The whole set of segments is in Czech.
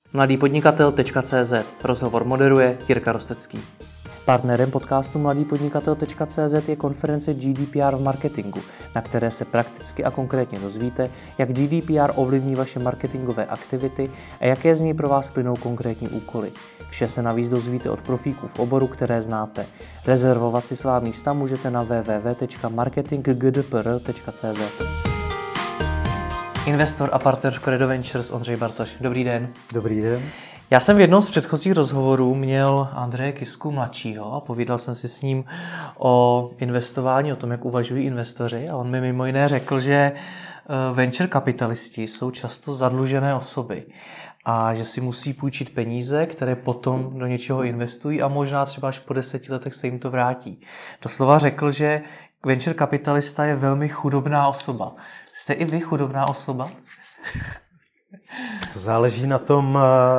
mladýpodnikatel.cz. Rozhovor moderuje Jirka Rostecký. Partnerem podcastu mladýpodnikatel.cz je konference GDPR v marketingu, na které se prakticky a konkrétně dozvíte, jak GDPR ovlivní vaše marketingové aktivity a jaké z něj pro vás plynou konkrétní úkoly. Vše se navíc dozvíte od profíků v oboru, které znáte. Rezervovat si svá místa můžete na www.marketinggdpr.cz. Investor a partner v Credo Ventures Ondřej Bartoš. Dobrý den. Dobrý den. Já jsem v jednom z předchozích rozhovorů měl Andreje Kisku mladšího a povídal jsem si s ním o investování, o tom, jak uvažují investoři, a on mi mimo jiné řekl, že venture kapitalisti jsou často zadlužené osoby a že si musí půjčit peníze, které potom do něčeho investují a možná třeba až po 10 letech se jim to vrátí. Doslova řekl, že venture kapitalista je velmi chudobná osoba. Jste i vy chudobná osoba? To záleží na tom,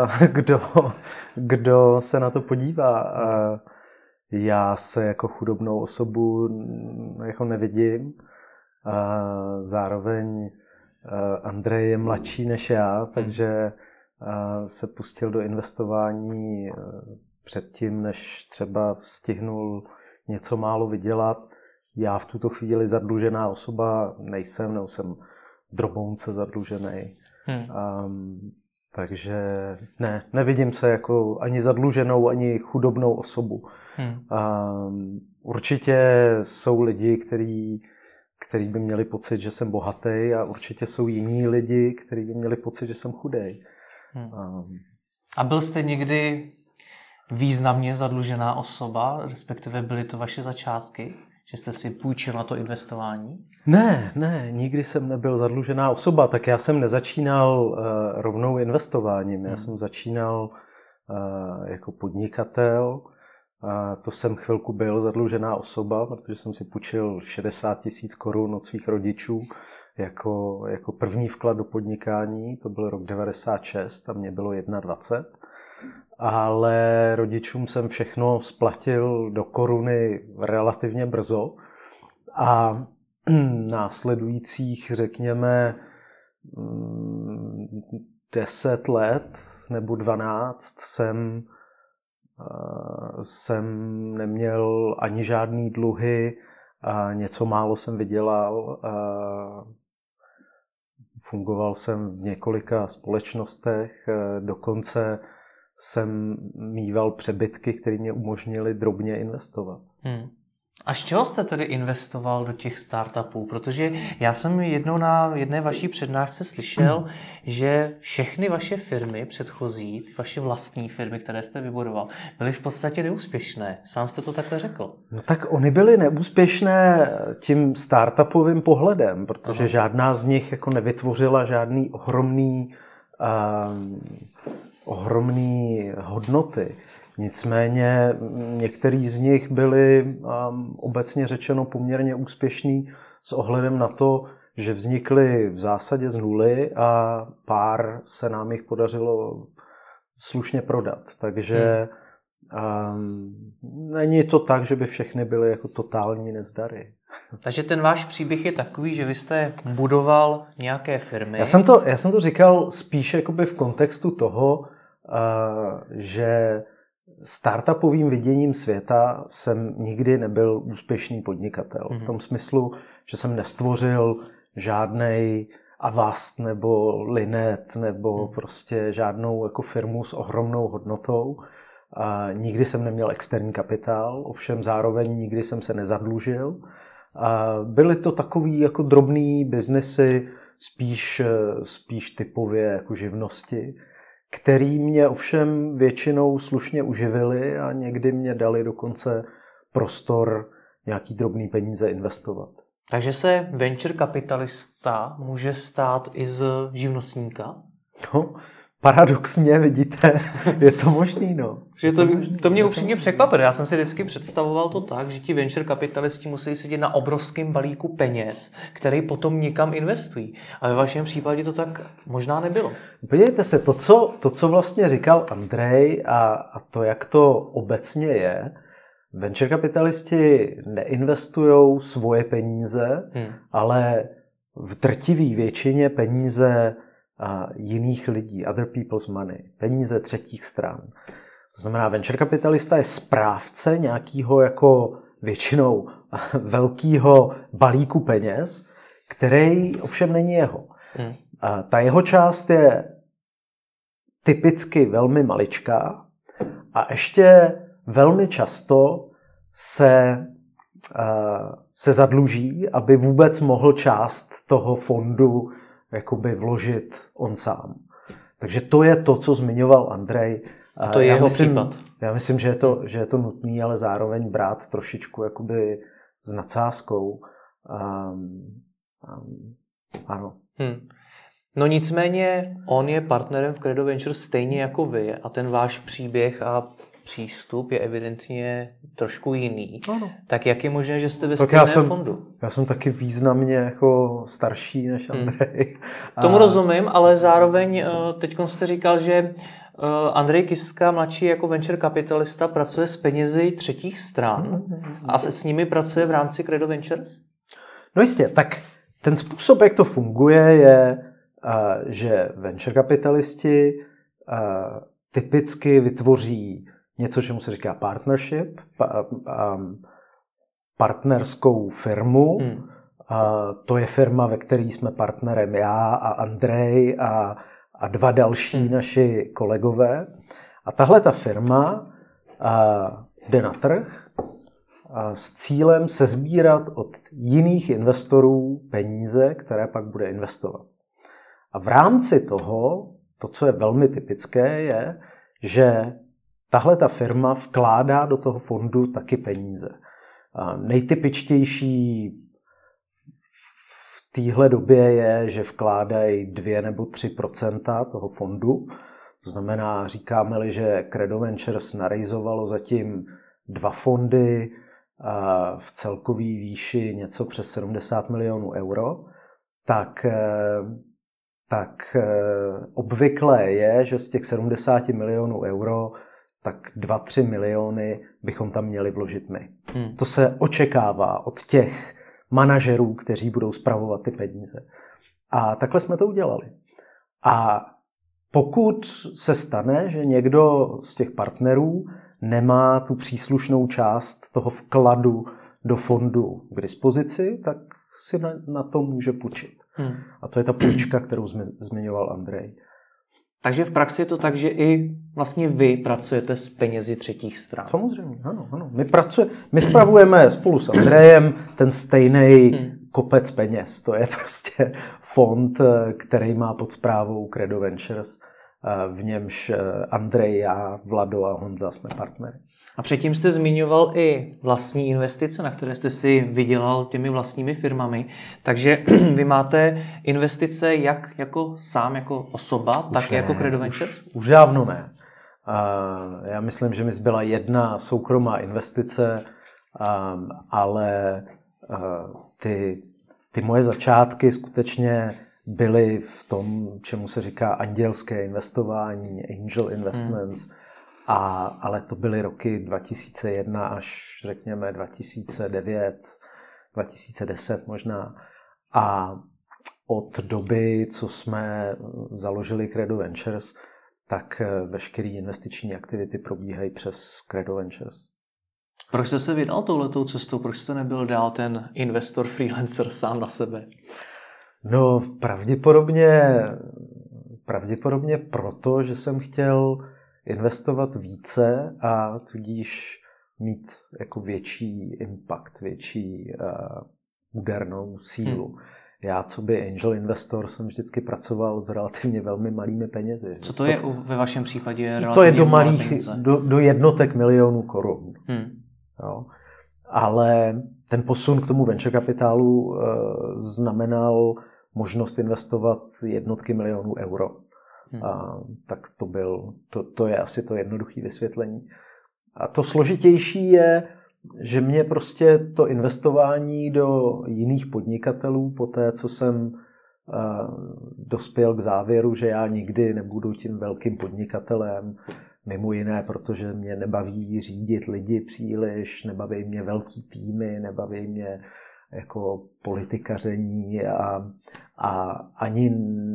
kdo se na to podívá. Já se jako chudobnou osobu jako nevidím. Zároveň Andrej je mladší než já, takže se pustil do investování předtím, než třeba stihnul něco málo vydělat. Já v tuto chvíli zadlužená osoba nejsem, nebo jsem drobounce zadlužený. Takže nevidím se jako ani zadluženou, ani chudobnou osobu. Určitě jsou lidi, kteří by měli pocit, že jsem bohatý, a určitě jsou jiní lidi, kteří by měli pocit, že jsem chudej. A byl jste někdy významně zadlužená osoba, respektive byly to vaše začátky, že jste si půjčil na to investování? Ne, nikdy jsem nebyl zadlužená osoba, tak já jsem nezačínal rovnou investováním. Já jsem začínal jako podnikatel. To jsem chvilku byl zadlužená osoba, protože jsem si půjčil 60 000 korun od svých rodičů jako první vklad do podnikání. To byl rok 96 a mě bylo 21. Ale rodičům jsem všechno splatil do koruny relativně brzo a následujících, řekněme, 10 let nebo 12 jsem neměl ani žádný dluhy a něco málo jsem vydělal. Fungoval jsem v několika společnostech, dokonce jsem mýval přebytky, které mě umožnily drobně investovat. A z čeho jste tedy investoval do těch startupů? Protože já jsem jednou na jedné vaší přednášce slyšel, že všechny vaše firmy předchozí, vaše vlastní firmy, které jste vybudoval, byly v podstatě neúspěšné. Sám jste to takhle řekl. No tak oni byly neúspěšné tím startupovým pohledem, protože žádná z nich jako nevytvořila žádný ohromný hodnoty. Nicméně některý z nich byli obecně řečeno poměrně úspěšný s ohledem na to, že vznikly v zásadě z nuly a pár se nám jich podařilo slušně prodat. Takže není to tak, že by všechny byly jako totální nezdary. Takže ten váš příběh je takový, že vy jste budoval nějaké firmy. Já jsem to říkal spíš jakoby v kontextu toho, že startupovým viděním světa jsem nikdy nebyl úspěšný podnikatel. V tom smyslu, že jsem nestvořil žádnej Avast nebo Linet nebo prostě žádnou jako firmu s ohromnou hodnotou. Nikdy jsem neměl externí kapitál, ovšem zároveň nikdy jsem se nezadlužil. Byly to takový jako drobný biznesy, spíš typově jako živnosti, který mě ovšem většinou slušně uživili a někdy mě dali dokonce prostor nějaký drobný peníze investovat. Takže se venture kapitalista může stát i z živnostníka? No, paradoxně, vidíte, je to možný, no. Že to mě upřímně překvapilo. Já jsem si vždycky představoval to tak, že ti venture kapitalisti musí sedět na obrovském balíku peněz, který potom někam investují. A ve vašem případě to tak možná nebylo. Podívejte se, to, co vlastně říkal Andrej a to, jak to obecně je, venture kapitalisti neinvestujou svoje peníze, ale v drtivé většině peníze jiných lidí, other people's money, peníze třetích stran. To znamená, venture kapitalista je správce nějakého jako většinou velkého balíku peněz, který ovšem není jeho. Ta jeho část je typicky velmi maličká a ještě velmi často se zadluží, aby vůbec mohl část toho fondu jakoby vložit on sám. Takže to je to, co zmiňoval Andrej. A to je jeho případ. Já myslím, že je to nutné, ale zároveň brát trošičku jakoby s nadsázkou. Ano. No nicméně on je partnerem v Credo Ventures stejně jako vy a ten váš příběh a přístup je evidentně trošku jiný. Ano. Tak jak je možné, že jste ve stejném fondu? Já jsem taky významně jako starší než Andrej. Tomu rozumím, ale zároveň teď jste říkal, že Andrej Kiska mladší jako venture kapitalista pracuje s penězi třetích stran a se s nimi pracuje v rámci Credo Ventures? No jistě, tak ten způsob, jak to funguje, je, že venture kapitalisti typicky vytvoří něco, čemu se říká partnership, partnerskou firmu. To je firma, ve které jsme partnerem já a Andrej a dva další naši kolegové. A tahle ta firma jde na trh s cílem sesbírat od jiných investorů peníze, které pak bude investovat. A v rámci toho, to, co je velmi typické, je, že tahle ta firma vkládá do toho fondu taky peníze. Nejtypičtější v téhle době je, že vkládají 2 nebo 3% toho fondu. To znamená, říkáme-li, že Credo Ventures narejzovalo zatím 2 fondy v celkové výši něco přes 70 milionů euro, tak obvyklé je, že z těch 70 milionů euro tak 2-3 miliony bychom tam měli vložit my. To se očekává od těch manažerů, kteří budou spravovat ty peníze. A takhle jsme to udělali. A pokud se stane, že někdo z těch partnerů nemá tu příslušnou část toho vkladu do fondu k dispozici, tak si na to může půjčit. A to je ta půjčka, kterou zmiňoval Andrej. Takže v praxi je to tak, že i vlastně vy pracujete s penězi třetích stran. Samozřejmě, ano. My spravujeme spolu s Andrejem ten stejný kopec peněz. To je prostě fond, který má pod správou Credo Ventures, v němž Andrej, já, Vlado a Honza jsme partnery. A předtím jste zmiňoval i vlastní investice, na které jste si vydělal těmi vlastními firmami. Takže vy máte investice jak jako sám, jako osoba, tak ne, jako Credo Ventures? Už dávno ne. Já myslím, že mi zbyla jedna soukromá investice, ale ty moje začátky skutečně byly v tom, čemu se říká andělské investování, angel investments, ale to byly roky 2001 až řekněme 2009, 2010 možná. A od doby, co jsme založili Credo Ventures, tak veškeré investiční aktivity probíhají přes Credo Ventures. Proč jste se vydal touhletou cestou? Proč jste nebyl dál ten investor freelancer sám na sebe? No, pravděpodobně proto, že jsem chtěl investovat více a tudíž mít jako větší impact, větší údernou sílu. Já, co by angel investor, jsem vždycky pracoval s relativně velmi malými penězi. Co to je ve vašem případě relativně to je do malých, do jednotek milionů korun. Jo. Ale ten posun k tomu venture kapitálu znamenal možnost investovat jednotky milionů euro. Tak to je asi to jednoduché vysvětlení. A to složitější je, že mě prostě to investování do jiných podnikatelů, po té, co jsem dospěl k závěru, že já nikdy nebudu tím velkým podnikatelem, mimo jiné, protože mě nebaví řídit lidi příliš, nebaví mě velký týmy, nebaví mě jako politikaření a ani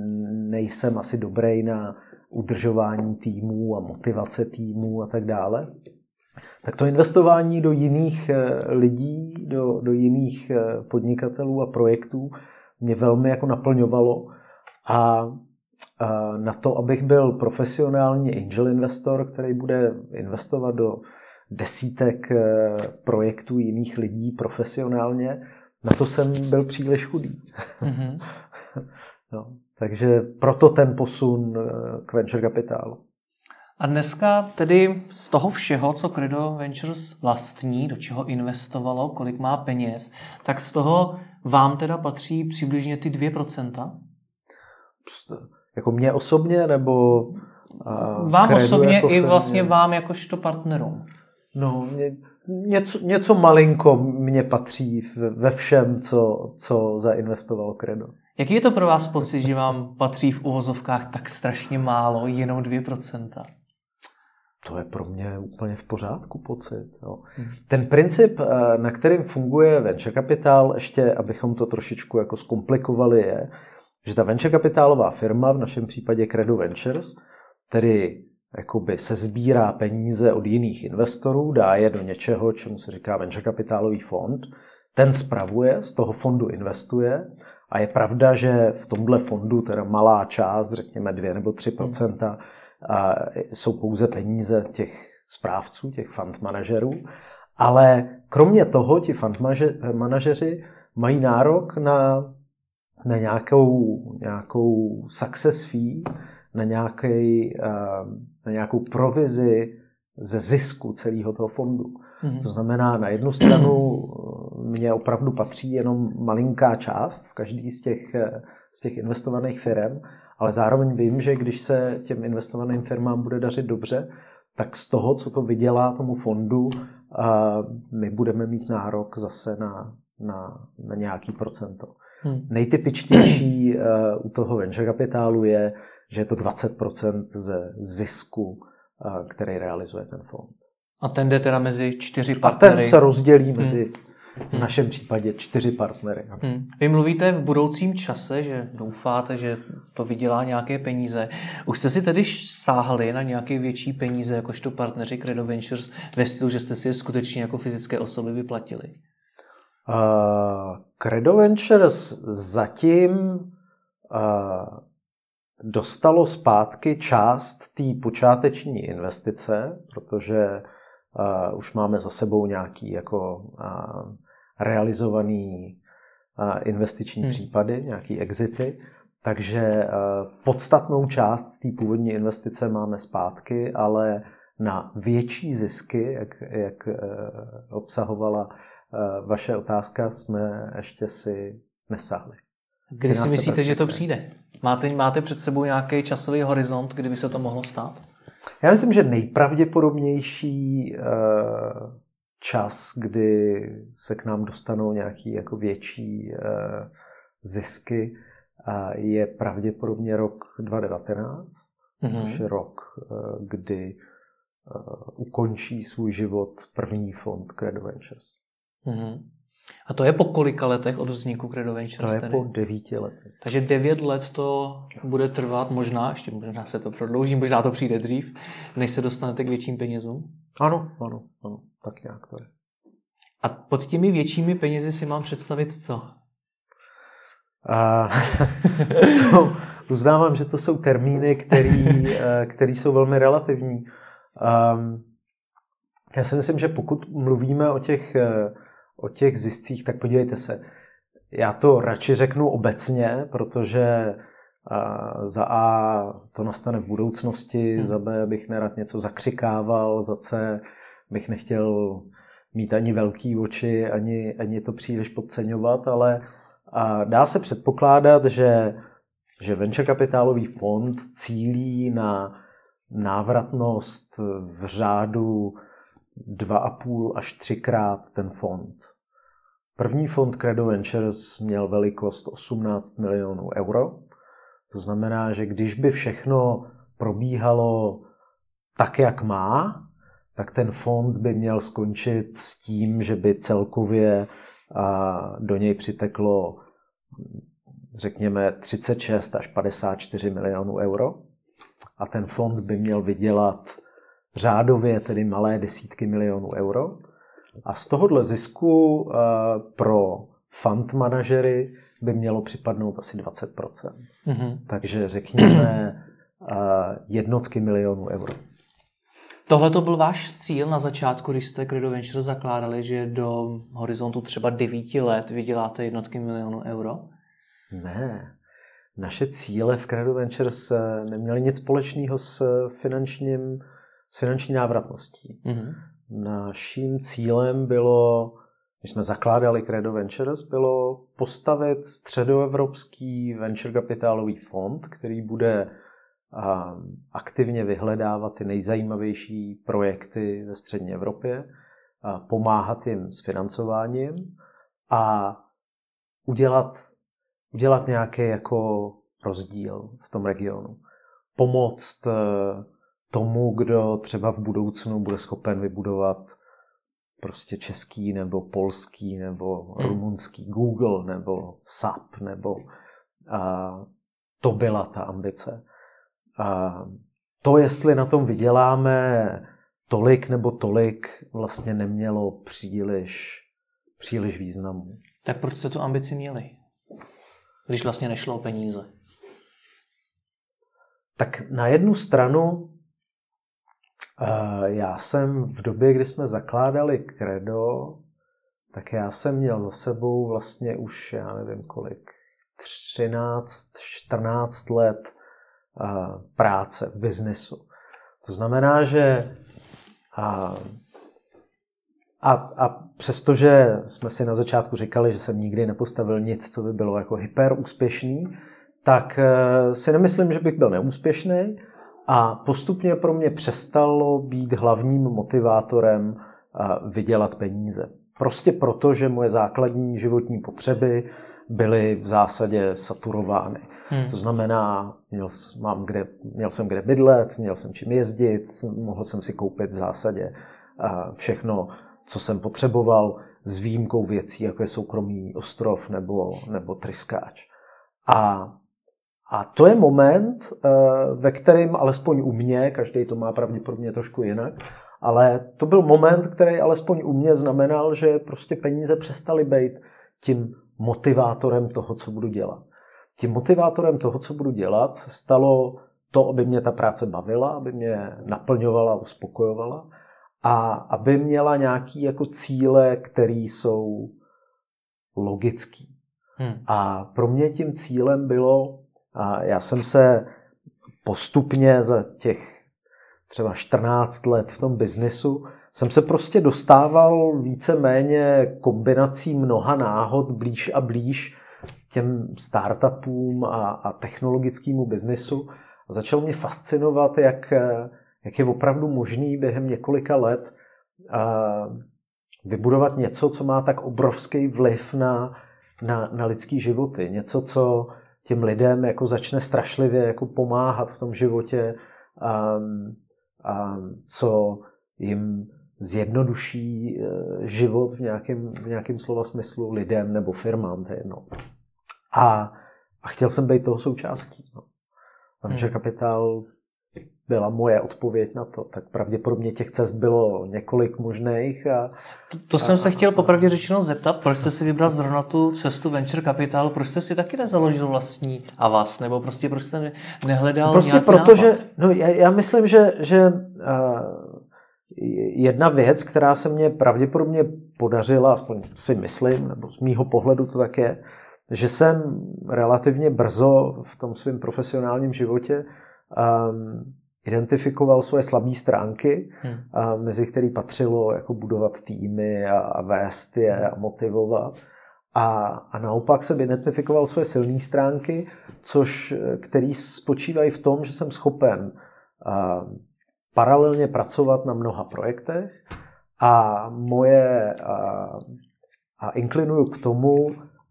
nejsem asi dobrý na udržování týmů a motivace týmů a tak dále. Tak to investování do jiných lidí, do jiných podnikatelů a projektů mě velmi jako naplňovalo. A na to, abych byl profesionální angel investor, který bude investovat do desítek projektů jiných lidí profesionálně, na to jsem byl příliš chudý. Mm-hmm. No, takže proto ten posun k venture kapitálu. A dneska tedy z toho všeho, co Credo Ventures vlastní, do čeho investovalo, kolik má peněz, tak z toho vám teda patří přibližně ty 2%? Jako mě osobně, nebo vám osobně jako i vlastně vám jakožto partnerům? No, něco malinko mě patří ve všem, co zainvestovalo Credo. Jaký je to pro vás pocit, že vám patří v uvozovkách tak strašně málo, jenom 2%? To je pro mě úplně v pořádku pocit. Jo. Ten princip, na kterým funguje venture capital, ještě abychom to trošičku jako zkomplikovali, je, že ta venture kapitálová firma, v našem případě Credo Ventures, tedy jakoby se sbírá peníze od jiných investorů, dá je do něčeho, čemu se říká venture kapitálový fond, ten spravuje, z toho fondu investuje a je pravda, že v tomhle fondu teda malá část, řekněme 2 nebo 3%, jsou pouze peníze těch správců, těch fund manažerů, ale kromě toho ti fund manažeři mají nárok na nějakou success fee, na nějakou provizi ze zisku celého toho fondu. Mm-hmm. To znamená, na jednu stranu mně opravdu patří jenom malinká část v každý z těch investovaných firm, ale zároveň vím, že když se těm investovaným firmám bude dařit dobře, tak z toho, co to vydělá tomu fondu, my budeme mít nárok zase na nějaký procento. Nejtypičtější u toho venture kapitálu je, že je to 20% ze zisku, který realizuje ten fond. A ten jde teda mezi 4 partnery. A ten se rozdělí mezi, v našem případě, 4 partnery. Vy mluvíte v budoucím čase, že doufáte, že to vydělá nějaké peníze. Už jste si tedy sáhli na nějaké větší peníze, jakožto partneři Credo Ventures, ve stylu, že jste si je skutečně jako fyzické osoby vyplatili? Credo Ventures zatím dostalo zpátky část té počáteční investice, protože už máme za sebou nějaký jako realizovaný investiční případy, nějaký exity, takže podstatnou část z té původní investice máme zpátky, ale na větší zisky, jak obsahovala vaše otázka, jsme ještě si nesáhli. Kdy si myslíte, že to přijde? Máte před sebou nějaký časový horizont, kdy by se to mohlo stát? Já myslím, že nejpravděpodobnější čas, kdy se k nám dostanou nějaký jako větší zisky, je pravděpodobně rok 2019, což je rok, kdy ukončí svůj život první fond Credo Ventures. A to je po kolika letech od vzniku Credo Ventures? To je po 9 letech. Takže 9 let to bude trvat, možná se to prodlouží, možná to přijde dřív, než se dostanete k větším penězům? Ano, tak nějak to je. A pod těmi většími penězi si mám představit co? Uznávám, že to jsou termíny, které jsou velmi relativní. Já si myslím, že pokud mluvíme o těch ziscích, tak podívejte se. Já to radši řeknu obecně, protože za A to nastane v budoucnosti, za B bych nerad něco zakřikával, za C bych nechtěl mít ani velký oči, ani to příliš podceňovat, ale dá se předpokládat, že venture kapitálový fond cílí na návratnost v řádu 2,5 až 3krát ten fond. První fond Credo Ventures měl velikost 18 milionů euro. To znamená, že když by všechno probíhalo tak, jak má, tak ten fond by měl skončit s tím, že by celkově do něj přiteklo řekněme 36 až 54 milionů euro a ten fond by měl vydělat řádově tedy malé desítky milionů euro. A z tohohle zisku pro fund manažery by mělo připadnout asi 20%. Takže řekněme jednotky milionů euro. Tohle to byl váš cíl na začátku, když jste Credo Ventures zakládali, že do horizontu třeba 9 let vyděláte jednotky milionů euro? Ne. Naše cíle v Credo Ventures neměly nic společného s finanční návratností. Naším cílem bylo, když jsme zakládali Credo Ventures, bylo postavit středoevropský venture kapitálový fond, který bude aktivně vyhledávat ty nejzajímavější projekty ve střední Evropě, pomáhat jim s financováním a udělat nějaký jako rozdíl v tom regionu. Pomoct tomu, kdo třeba v budoucnu bude schopen vybudovat prostě český nebo polský nebo rumunský Google nebo SAP nebo to byla ta ambice. To, jestli na tom vyděláme tolik nebo tolik, vlastně nemělo příliš významu. Tak proč jste tu ambici měli, když vlastně nešlo o peníze? Tak na jednu stranu já jsem v době, kdy jsme zakládali Credo, tak já jsem měl za sebou vlastně už, já nevím kolik, 13-14 let práce v biznesu. To znamená, že a přestože jsme si na začátku říkali, že jsem nikdy nepostavil nic, co by bylo jako hyper úspěšný, tak si nemyslím, že bych byl neúspěšný a postupně pro mě přestalo být hlavním motivátorem vydělat peníze. Prostě proto, že moje základní životní potřeby byly v zásadě saturovány. To znamená, měl jsem kde bydlet, měl jsem čím jezdit, mohl jsem si koupit v zásadě všechno, co jsem potřeboval, s výjimkou věcí, jako je soukromý ostrov nebo tryskáč. A to je moment, ve kterém alespoň u mě, každý to má pravděpodobně trošku jinak, ale to byl moment, který alespoň u mě znamenal, že prostě peníze přestaly být tím motivátorem toho, co budu dělat. Tím motivátorem toho, co budu dělat, se stalo to, aby mě ta práce bavila, aby mě naplňovala, uspokojovala a aby měla nějaký jako cíle, které jsou logický. A pro mě tím cílem bylo, a já jsem se postupně za těch třeba 14 let v tom biznesu, jsem se prostě dostával víceméně kombinací mnoha náhod blíž a blíž těm startupům a technologickému biznesu. A začalo mě fascinovat, jak je opravdu možný během několika let vybudovat něco, co má tak obrovský vliv na lidský životy. Něco, co těm lidem jako začne strašlivě jako pomáhat v tom životě, co jim zjednoduší život v nějakém slova smyslu lidem nebo firmám, to je jedno. A chtěl jsem být toho součástí. Venture Capital byla moje odpověď na to, tak pravděpodobně těch cest bylo několik možných. To jsem se chtěl popravdě řečeno zeptat, proč jste si vybral zrovna tu cestu Venture Capital, proč jste si taky nezaložil vlastní Avast, nebo proč jste nehledal nějaký protože, já myslím, že jedna věc, která se mně pravděpodobně podařila, aspoň si myslím, nebo z mýho pohledu to tak je, že jsem relativně brzo v tom svém profesionálním životě identifikoval svoje slabé stránky, mezi které patřilo jako budovat týmy a vést je a motivovat. A naopak jsem identifikoval svoje silné stránky, které spočívají v tom, že jsem schopen paralelně pracovat na mnoha projektech a inklinuju k tomu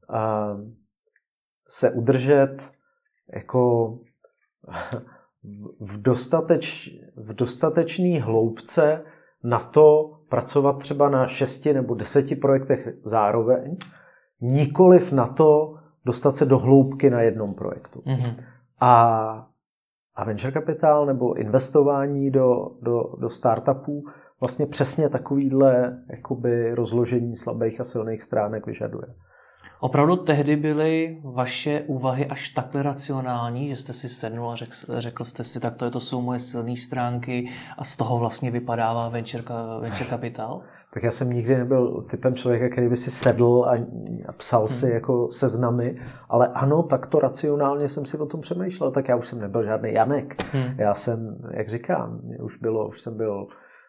se udržet jako v dostatečné hloubce na to pracovat třeba na 6 nebo 10 projektech zároveň, nikoliv na to dostat se do hloubky na jednom projektu. A venture capital nebo investování do startupů vlastně přesně takovýhle jakoby rozložení slabých a silných stránek vyžaduje. Opravdu tehdy byly vaše úvahy až takhle racionální, že jste si sednul a řekl jste si, tak to jsou moje silné stránky a z toho vlastně vypadává venture capital? Tak já jsem nikdy nebyl typem člověka, který by si sedl a psal si jako seznamy, ale ano, takto racionálně jsem si o tom přemýšlel, tak já už jsem nebyl žádný Janek. Já jsem, jak říkám, už jsem byl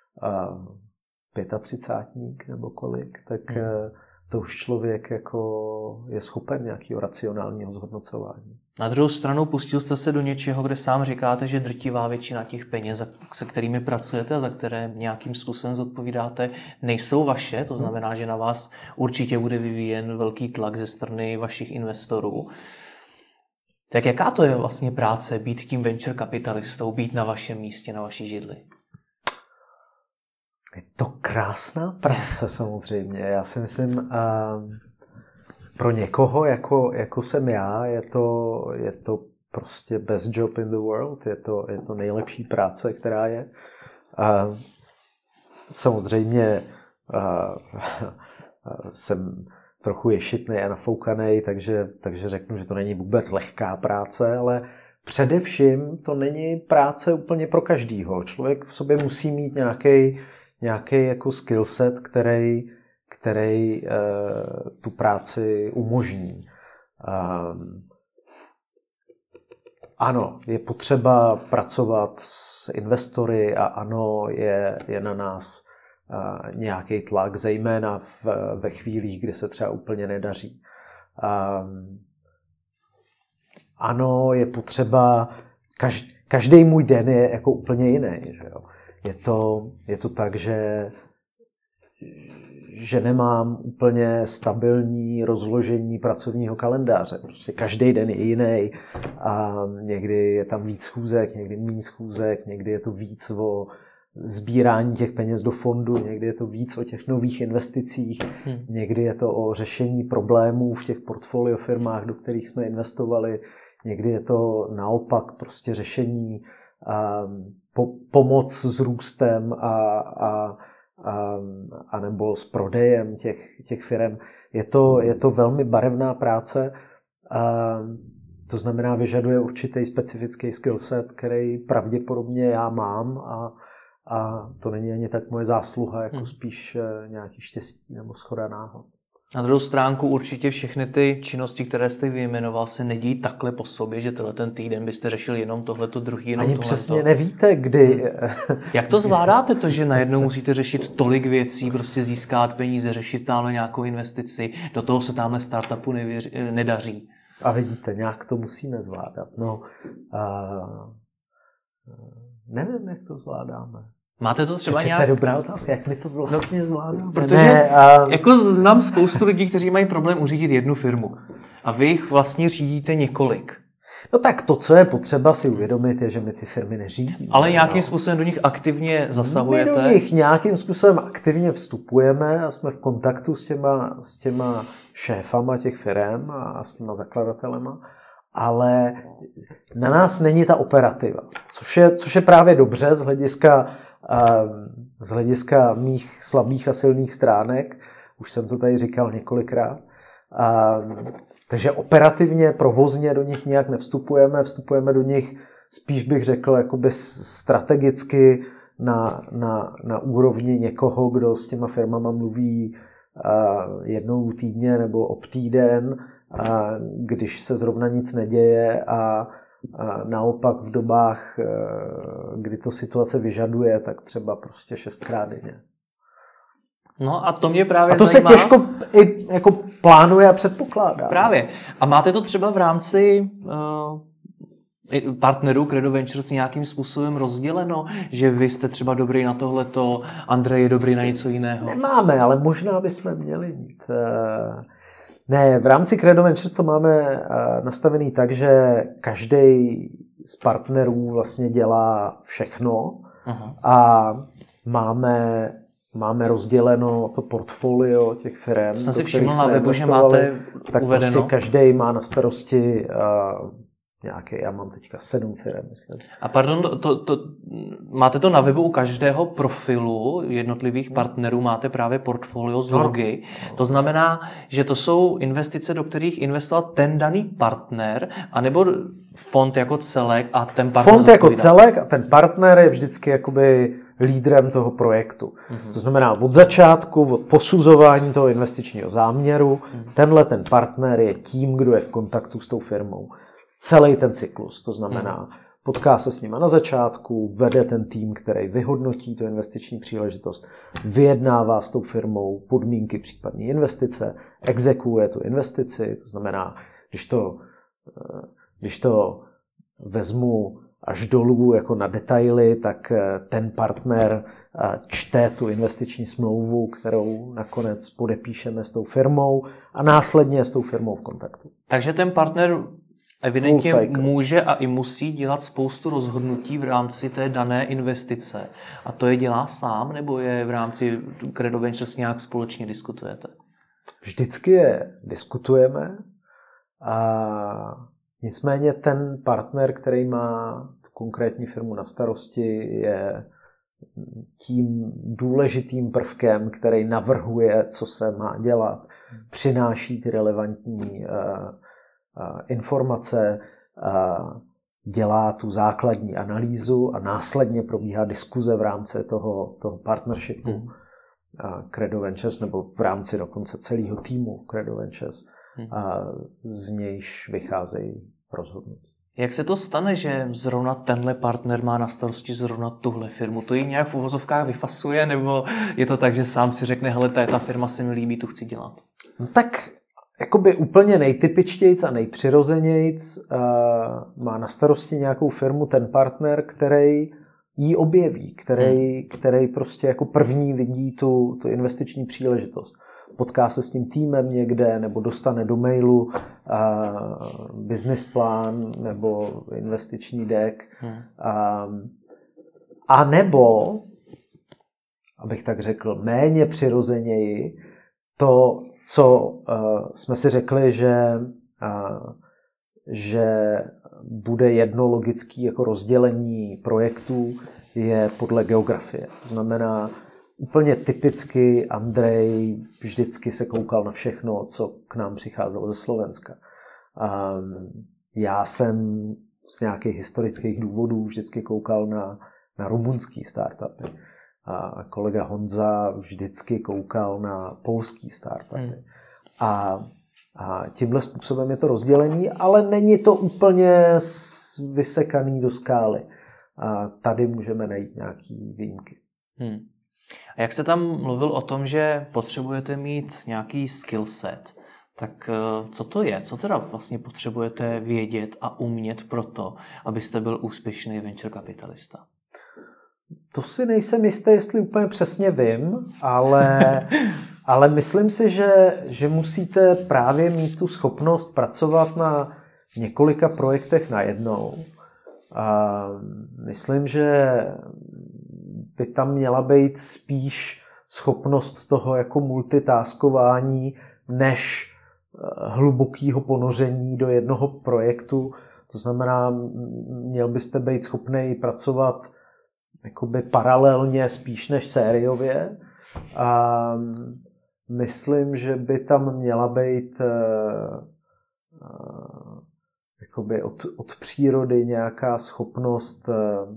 35 nebo kolik, tak to už člověk jako je schopen nějakého racionálního zhodnocování. Na druhou stranu pustil jste se do něčeho, kde sám říkáte, že drtivá většina těch peněz, se kterými pracujete a za které nějakým způsobem zodpovídáte, nejsou vaše. To znamená, že na vás určitě bude vyvíjen velký tlak ze strany vašich investorů. Tak jaká to je vlastně práce být tím venture kapitalistou, být na vašem místě, na vaší židli? Je to krásná práce samozřejmě. Já si myslím, pro někoho, jako jsem já, je to prostě best job in the world. Je to nejlepší práce, která je. Samozřejmě jsem trochu ješitnej a nafoukanej, takže řeknu, že to není vůbec lehká práce, ale především to není práce úplně pro každýho. Člověk v sobě musí mít nějaký jako skillset, který tu práci umožní. Ano, je potřeba pracovat s investory a ano, je na nás nějaký tlak, zejména ve chvílích, kdy se třeba úplně nedaří. Ano, je potřeba, každý můj den je jako úplně jiný, že jo. Je to tak, že nemám úplně stabilní rozložení pracovního kalendáře. Prostě každý den je jiný a někdy je tam víc schůzek, někdy méně schůzek, někdy je to víc o sbírání těch peněz do fondu, někdy je to víc o těch nových investicích, někdy je to o řešení problémů v těch portfolio firmách, do kterých jsme investovali, někdy je to naopak prostě řešení pomoc s růstem a nebo s prodejem těch firem. Je to velmi barevná práce. To znamená, vyžaduje určitý specifický skillset, který pravděpodobně já mám a to není ani tak moje zásluha, jako spíš nějaký štěstí nebo shoda náhod. Na druhou stránku určitě všechny ty činnosti, které jste vyjmenoval, se nedějí takhle po sobě, že ten týden byste řešili jenom tohleto, druhý jenom tohleto. Ani přesně nevíte, kdy. Jak to zvládáte to, že najednou musíte řešit tolik věcí, prostě získat peníze, řešit tamhle nějakou investici, do toho se tamhle startupu nedaří? A vidíte, nějak to musíme zvládat. Nevím, jak to zvládáme. Máte to třeba nějak... To je dobrá otázka, jak my to vlastně zvládáme. Protože jako znám spoustu lidí, kteří mají problém uřídit jednu firmu. A vy jich vlastně řídíte několik. No tak to, co je potřeba si uvědomit, je, že my ty firmy neřídíme. Ale nějakým způsobem do nich aktivně zasahujete? My do nich nějakým způsobem aktivně vstupujeme a jsme v kontaktu s těma šéfama těch firm a s těma zakladatelema. Ale na nás není ta operativa. Což je právě dobře z hlediska mých slabých a silných stránek. Už jsem to tady říkal několikrát. Takže operativně, provozně do nich nějak nevstupujeme. Vstupujeme do nich, spíš bych řekl, jakoby strategicky na úrovni někoho, kdo s těma firmama mluví jednou týdně nebo ob týden, když se zrovna nic neděje a naopak v dobách, kdy to situace vyžaduje, tak třeba prostě 6krát denně. No a to mě právě zajímá. A to zajímá. Se těžko i jako plánuje a předpokládá. Právě. A máte to třeba v rámci partnerů Credo Ventures nějakým způsobem rozděleno, že vy jste třeba dobrý na tohleto, Andrej je dobrý na něco jiného? Nemáme, ale možná bychom měli mít. Ne, v rámci Credo Ventures to máme nastavený tak, že každý z partnerů vlastně dělá všechno. Aha. A máme máme rozděleno to portfolio těch firm. Jsem si všiml na webu, že máte tak uvedeno. Prostě každý má na starosti nějaké, já mám teďka 7 firm, myslím. A pardon, máte to na webu u každého profilu jednotlivých partnerů, máte právě portfolio z logy. To znamená, že to jsou investice, do kterých investoval ten daný partner, anebo fond jako celek a ten partner Fond jako celek a ten partner je vždycky jakoby lídrem toho projektu. To znamená od začátku, od posuzování toho investičního záměru, tenhle ten partner je tím, kdo je v kontaktu s tou firmou. Celý ten cyklus, to znamená, potká se s nima na začátku, vede ten tým, který vyhodnotí tu investiční příležitost, vyjednává s tou firmou podmínky případné investice, exekuuje tu investici, to znamená, když to vezmu až dolů jako na detaily, tak ten partner čte tu investiční smlouvu, kterou nakonec podepíšeme s tou firmou a následně je s tou firmou v kontaktu. Takže ten partner evidentně může a i musí dělat spoustu rozhodnutí v rámci té dané investice. A to je dělá sám, nebo je v rámci Credo Ventures nějak společně diskutujete? Vždycky je diskutujeme. A nicméně ten partner, který má tu konkrétní firmu na starosti, je tím důležitým prvkem, který navrhuje, co se má dělat, přináší ty relevantní informace, dělá tu základní analýzu a následně probíhá diskuze v rámci toho partnershipu Credo Ventures nebo v rámci dokonce celého týmu Credo Ventures a z nějž vycházejí rozhodnutí. Jak se to stane, že zrovna tenhle partner má na starosti zrovna tuhle firmu? To ji nějak v uvozovkách vyfasuje, nebo je to tak, že sám si řekne, hele, ta firma se mi líbí, tu chci dělat? No tak jakoby úplně nejtypičtějc a nejpřirozenějc má na starosti nějakou firmu ten partner, který ji objeví, který prostě jako první vidí tu investiční příležitost. Potká se s tím týmem někde, nebo dostane do mailu business plán nebo investiční deck. A nebo, abych tak řekl, méně přirozeněji, to, co jsme si řekli, že bude jedno logické jako rozdělení projektů, je podle geografie. To znamená, úplně typicky Andrej vždycky se koukal na všechno, co k nám přicházelo ze Slovenska. Já jsem z nějakých historických důvodů vždycky koukal na rumunský startupy. A kolega Honza vždycky koukal na polský startupy. A tímhle způsobem je to rozdělení, ale není to úplně vysekaný do skály. A tady můžeme najít nějaký výjimky. A jak jste tam mluvil o tom, že potřebujete mít nějaký skillset, tak co to je? Co teda vlastně potřebujete vědět a umět pro to, abyste byl úspěšný venture kapitalista? To si nejsem jistý, jestli úplně přesně vím, ale myslím si, že musíte právě mít tu schopnost pracovat na několika projektech najednou. A myslím, že by tam měla být spíš schopnost toho jako multitaskování, než hlubokého ponoření do jednoho projektu. To znamená, měl byste být schopný pracovat jakoby paralelně spíš než sériově. A myslím, že by tam měla být jakoby od přírody nějaká schopnost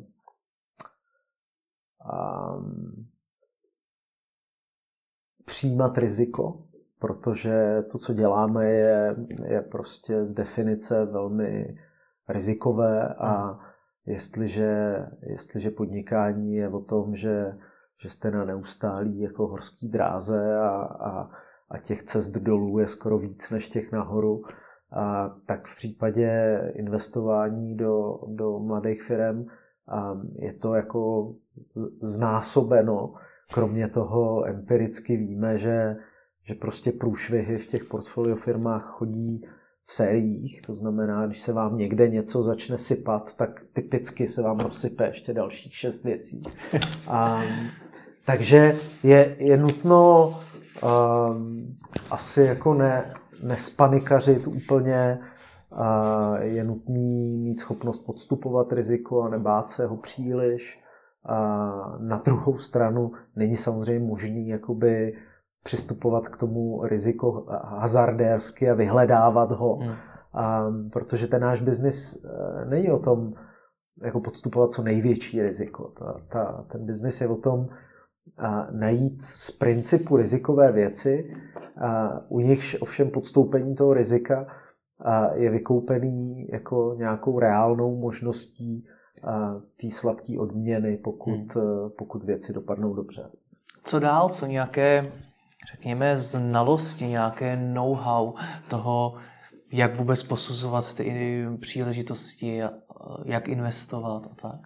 přijímat riziko, protože to, co děláme, je prostě z definice velmi rizikové a jestliže podnikání je o tom, že jste na neustálý jako horský dráze a těch cest dolů je skoro víc než těch nahoru, tak v případě investování do mladých firem je to jako znásobeno. Kromě toho empiricky víme, že prostě průšvihy v těch portfolio firmách chodí v sériích. To znamená, když se vám někde něco začne sypat, tak typicky se vám rozsype ještě dalších 6 věcí. Takže je nutno asi jako nespanikařit úplně, je nutný mít schopnost podstupovat riziko a nebát se ho příliš. Na druhou stranu není samozřejmě možný jakoby přistupovat k tomu riziko hazardérsky a vyhledávat ho, protože ten náš biznis není o tom jako podstupovat co největší riziko. Ten biznis je o tom najít z principu rizikové věci, u nichž ovšem podstoupení toho rizika je vykoupený jako nějakou reálnou možností té sladké odměny, pokud věci dopadnou dobře. Co dál? Co nějaké, řekněme, znalosti, nějaké know-how toho, jak vůbec posuzovat ty příležitosti, jak investovat a tak?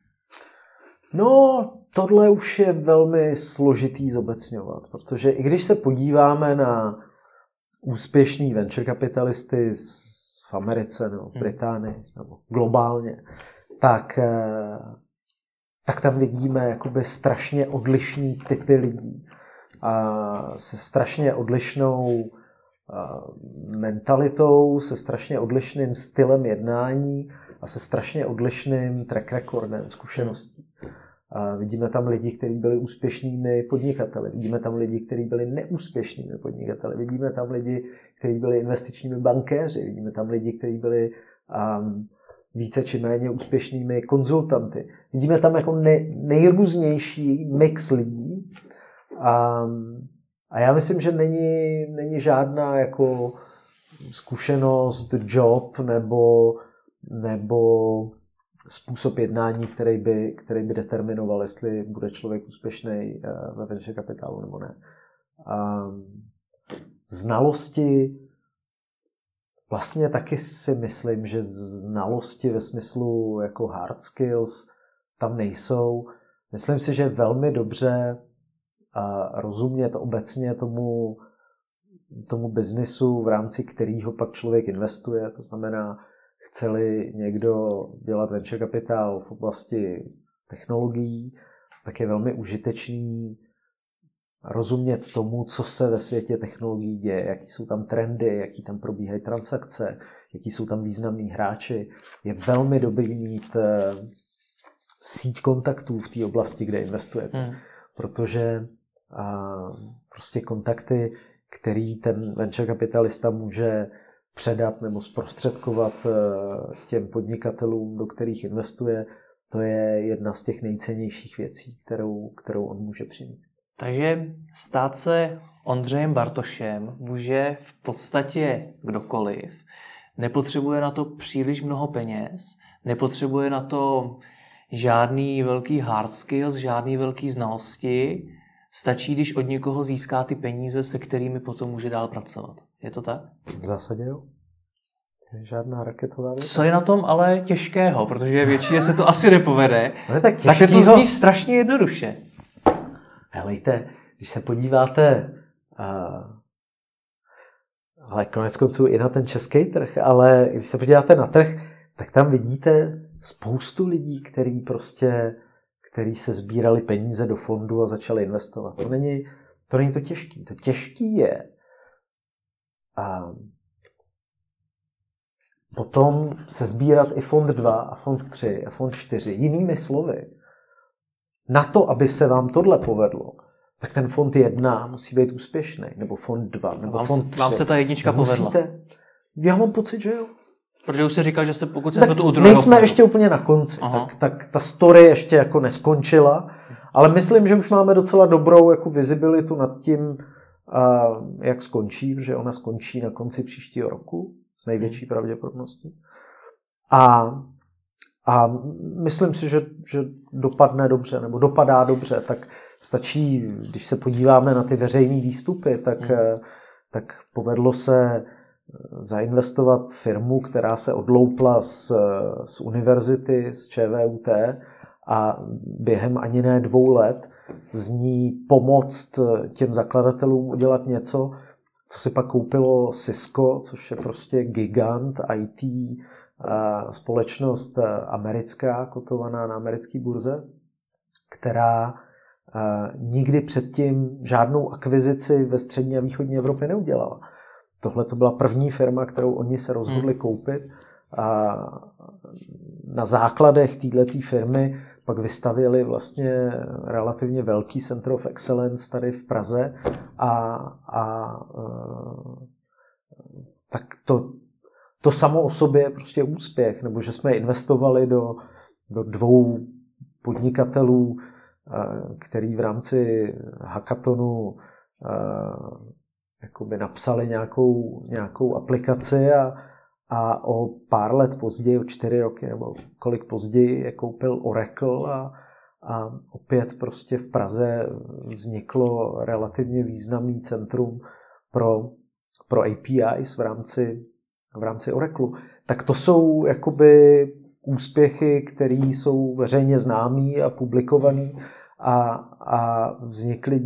No, tohle už je velmi složitý zobecňovat, protože i když se podíváme na úspěšný venture kapitalisty v Americe nebo v Británii nebo globálně, tak tam vidíme jakoby strašně odlišný typy lidí a se strašně odlišnou mentalitou, se strašně odlišným stylem jednání a se strašně odlišným track recordem, zkušeností. A vidíme tam lidi, kteří byli úspěšnými podnikateli, vidíme tam lidi, kteří byli neúspěšnými podnikateli, vidíme tam lidi, kteří byli investičními bankéři, vidíme tam lidi, kteří byli více či méně úspěšnými konzultanty. Vidíme tam jako nejrůznější mix lidí a já myslím, že není žádná jako zkušenost, job nebo způsob jednání, který by determinoval, jestli bude člověk úspěšný ve venture kapitálu nebo ne. Znalosti, vlastně taky si myslím, že znalosti ve smyslu jako hard skills tam nejsou. Myslím si, že je velmi dobře rozumět obecně tomu biznisu, v rámci kterého pak člověk investuje. To znamená, chce-li někdo dělat venture kapitál v oblasti technologií, tak je velmi užitečný rozumět tomu, co se ve světě technologií děje, jaký jsou tam trendy, jaký tam probíhají transakce, jaký jsou tam významní hráči. Je velmi dobrý mít síť kontaktů v té oblasti, kde investujete, protože prostě kontakty, který ten venture kapitalista může předat nebo zprostředkovat těm podnikatelům, do kterých investuje, to je jedna z těch nejcennějších věcí, kterou on může přinést. Takže stát se Ondřejem Bartošem může v podstatě kdokoliv. Nepotřebuje na to příliš mnoho peněz, nepotřebuje na to žádný velký hard skills, žádný velký znalosti. Stačí, když od někoho získá ty peníze, se kterými potom může dál pracovat. Je to tak? V zásadě jo. Žádná raketová věc. Co je na tom ale těžkého, protože většině se to asi nepovede, tak to zní strašně jednoduše. Helejte, když se podíváte, ale konec konců i na ten český trh, ale když se podíváte na trh, tak tam vidíte spoustu lidí, který se sbírali peníze do fondu a začali investovat. To není to těžký. To těžký je potom se sbírat i fond 2 a fond 3 a fond 4. Jinými slovy, na to, aby se vám tohle povedlo, tak ten fond 1 musí být úspěšný, nebo fond 2, nebo fond 3. Vám se ta jednička povedla? Já mám pocit, že jo. Protože už jsi říkal, že jste pokud se to u druhého nejsme fondu. Ještě úplně na konci, tak ta story ještě jako neskončila, ale myslím, že už máme docela dobrou jako visibilitu nad tím, jak skončí, že ona skončí na konci příštího roku s největší pravděpodobností. A myslím si, že dopadne dobře, nebo dopadá dobře, tak stačí, když se podíváme na ty veřejné výstupy, tak povedlo se zainvestovat firmu, která se odloupla z univerzity, z ČVUT a během ani ne 2 let z ní pomoct těm zakladatelům udělat něco, co si pak koupilo Cisco, což je prostě gigant IT, společnost americká, kotovaná na americké burze, která nikdy předtím žádnou akvizici ve střední a východní Evropě neudělala. Tohle to byla první firma, kterou oni se rozhodli koupit. A na základech této firmy pak vystavěli vlastně relativně velký Center of Excellence tady v Praze tak to samo o sobě je prostě úspěch, nebo že jsme investovali do dvou podnikatelů, který v rámci hackathonu jakoby napsali nějakou aplikaci a o pár let později, o 4 roky nebo kolik později, je koupil Oracle a opět prostě v Praze vzniklo relativně významný centrum pro APIs v rámci Oracle. Tak to jsou jakoby úspěchy, které jsou veřejně známý a publikovaný a vznikly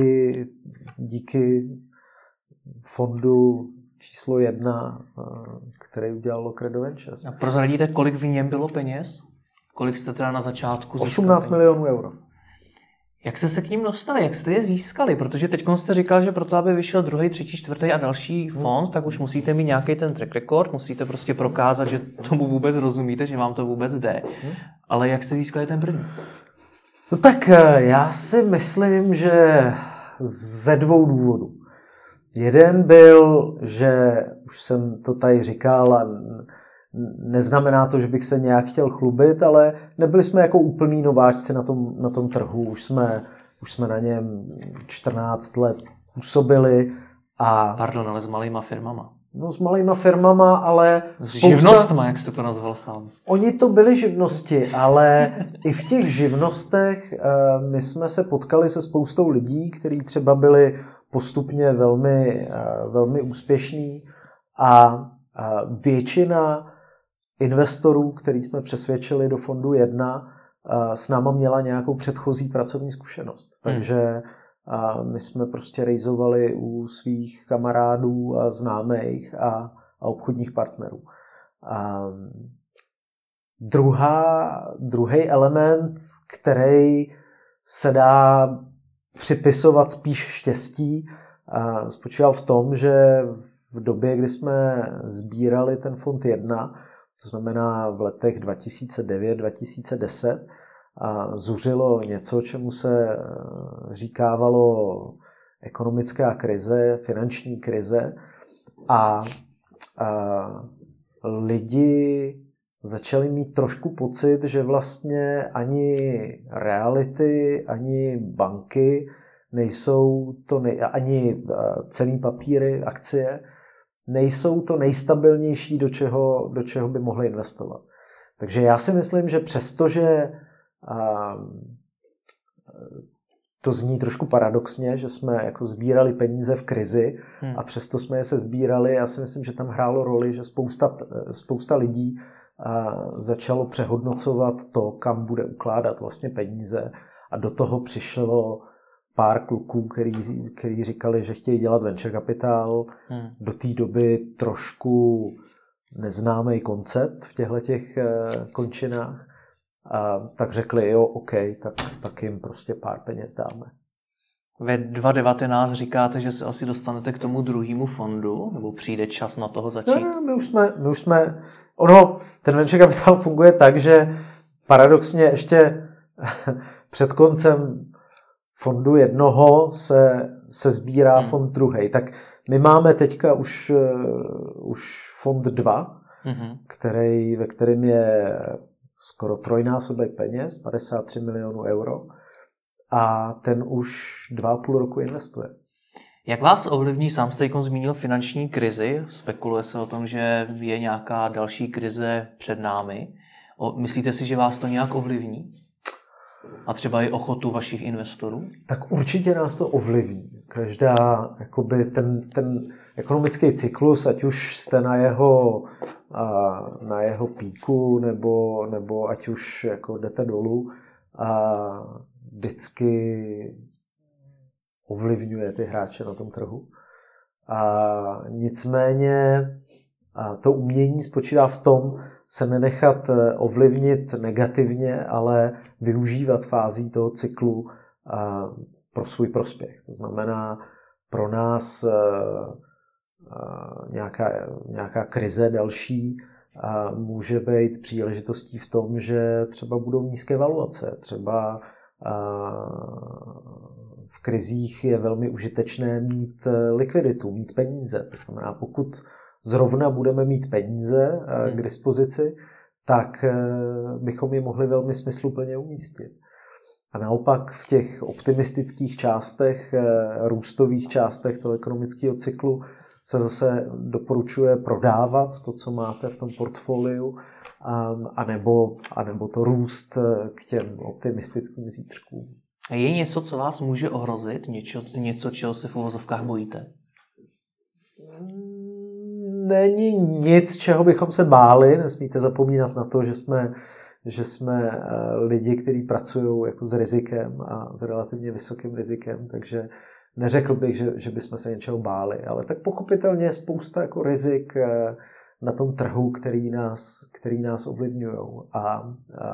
díky fondu číslo 1, který udělalo Credo Ventures. A prozradíte, kolik v něm bylo peněz? Kolik jste teda na začátku získali? 18 milionů euro. Jak jste se k ním dostali? Jak jste je získali? Protože teď jste říkal, že pro to, aby vyšel 2., 3., 4. a další fond, tak už musíte mít nějaký ten track record, musíte prostě prokázat, že tomu vůbec rozumíte, že vám to vůbec jde. Ale jak jste získali ten první? No tak já si myslím, že ze 2 důvodů. Jeden byl, že už jsem to tady říkal a neznamená to, že bych se nějak chtěl chlubit, ale nebyli jsme jako úplný nováčci na tom trhu. Už jsme na něm 14 let působili. Pardon, ale s malýma firmama. No s malýma firmama, ale... S živnostma, jak jste to nazval sám. Oni to byly živnosti, ale i v těch živnostech my jsme se potkali se spoustou lidí, kteří třeba byli postupně velmi, velmi úspěšní a většina investorů, který jsme přesvědčili do fondu 1, s náma měla nějakou předchozí pracovní zkušenost. Takže my jsme prostě rejzovali u svých kamarádů a známých a obchodních partnerů. Druhý element, který se dá připisovat spíš štěstí, spočíval v tom, že v době, kdy jsme sbírali ten fond 1, to znamená v letech 2009-2010, zuřilo něco, čemu se říkávalo ekonomická krize, finanční krize a lidi začali mít trošku pocit, že vlastně ani reality, ani banky nejsou to ani cenný papíry, akcie, nejsou to nejstabilnější, do čeho by mohli investovat. Takže já si myslím, že přestože to zní trošku paradoxně, že jsme jako sbírali peníze v krizi a přesto jsme je se sbírali, já si myslím, že tam hrálo roli, že spousta lidí začalo přehodnocovat to, kam bude ukládat vlastně peníze a do toho přišlo pár kluků, který říkali, že chtějí dělat venture kapitál. Do té doby trošku neznámý koncept v těchto končinách. Tak řekli, jo, OK, tak jim prostě pár peněz dáme. Ve 2019 říkáte, že se asi dostanete k tomu druhému fondu, nebo přijde čas na toho začít? No, my už jsme... ten venture capital funguje tak, že paradoxně ještě před koncem fondu 1 se sbírá fond 2. Tak my máme teďka už fond 2, ve kterém je skoro 3násobek peněz, 53 milionů euro, a ten už 2,5 roku investuje. Jak vás ovlivní, sám jste zmínil finanční krizi, spekuluje se o tom, že je nějaká další krize před námi. Myslíte si, že vás to nějak ovlivní? A třeba i ochotu vašich investorů? Tak určitě nás to ovlivní. Každá, jakoby ten ekonomický cyklus, ať už jste na jeho píku, nebo ať už jako jdete dolů, vždycky ovlivňuje ty hráče na tom trhu. Nicméně to umění spočívá v tom, se nenechat ovlivnit negativně, ale využívat fází toho cyklu pro svůj prospěch. To znamená, pro nás nějaká krize další může být příležitostí v tom, že třeba budou nízké valuace, třeba v krizích je velmi užitečné mít likviditu, mít peníze. To znamená, pokud zrovna budeme mít peníze k dispozici, tak bychom je mohli velmi smysluplně umístit. A naopak v těch optimistických částech, růstových částech toho ekonomického cyklu se zase doporučuje prodávat to, co máte v tom portfoliu, anebo to růst k těm optimistickým zítřkům. A je něco, co vás může ohrozit? Něco, čeho se v uvozovkách bojíte? Není nic, čeho bychom se báli. Nesmíte zapomínat na to, že jsme lidi, kteří pracují jako s rizikem a s relativně vysokým rizikem, takže neřekl bych, že bychom se něčeho báli, ale tak pochopitelně je spousta jako rizik na tom trhu, který nás ovlivňují. A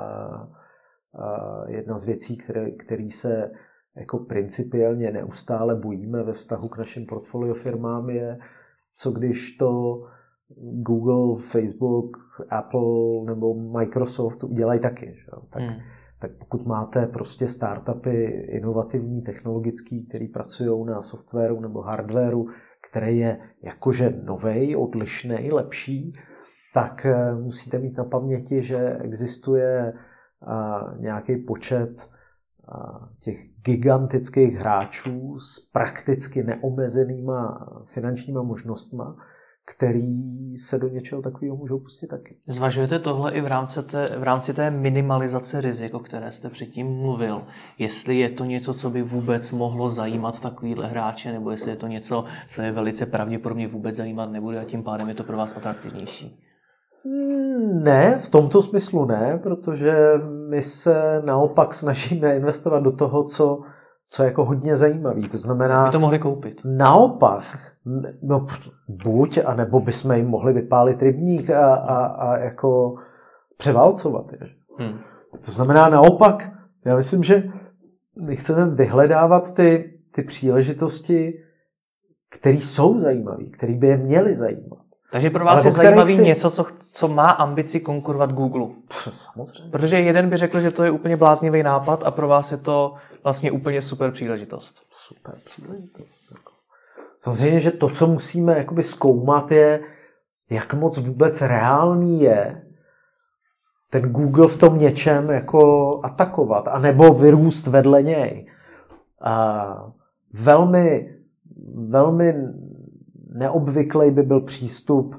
jedna z věcí, který se jako principiálně neustále bojíme ve vztahu k našim portfolio firmám, je, co když to Google, Facebook, Apple nebo Microsoft udělají taky. Že? Tak pokud máte prostě startupy inovativní, technologický, který pracují na softwaru nebo hardwaru, který je jakože novej, odlišnej, lepší, tak musíte mít na paměti, že existuje nějaký počet těch gigantických hráčů s prakticky neomezenýma finančníma možnostma, který se do něčeho takového můžou pustit taky. Zvažujete tohle i v rámci té minimalizace rizik, o které jste předtím mluvil? Jestli je to něco, co by vůbec mohlo zajímat takovýhle hráče, nebo jestli je to něco, co je velice pravděpodobně vůbec zajímat nebude a tím pádem je to pro vás atraktivnější? Ne, v tomto smyslu ne, protože my se naopak snažíme investovat do toho, co je jako hodně zajímavý. To znamená... By to mohli koupit. Naopak, no buď, anebo bychom jim mohli vypálit rybník a jako převálcovat. To znamená naopak, já myslím, že my chceme vyhledávat ty příležitosti, které jsou zajímavé, které by je měly zajímat. Takže pro vás je zajímavý něco, co má ambici konkurovat Google. Samozřejmě. Protože jeden by řekl, že to je úplně bláznivý nápad a pro vás je to vlastně úplně super příležitost. Super příležitost. Samozřejmě, že to, co musíme jakoby zkoumat, je, jak moc vůbec reálný je ten Google v tom něčem jako atakovat, anebo vyrůst vedle něj. Velmi, velmi neobvyklý by byl přístup,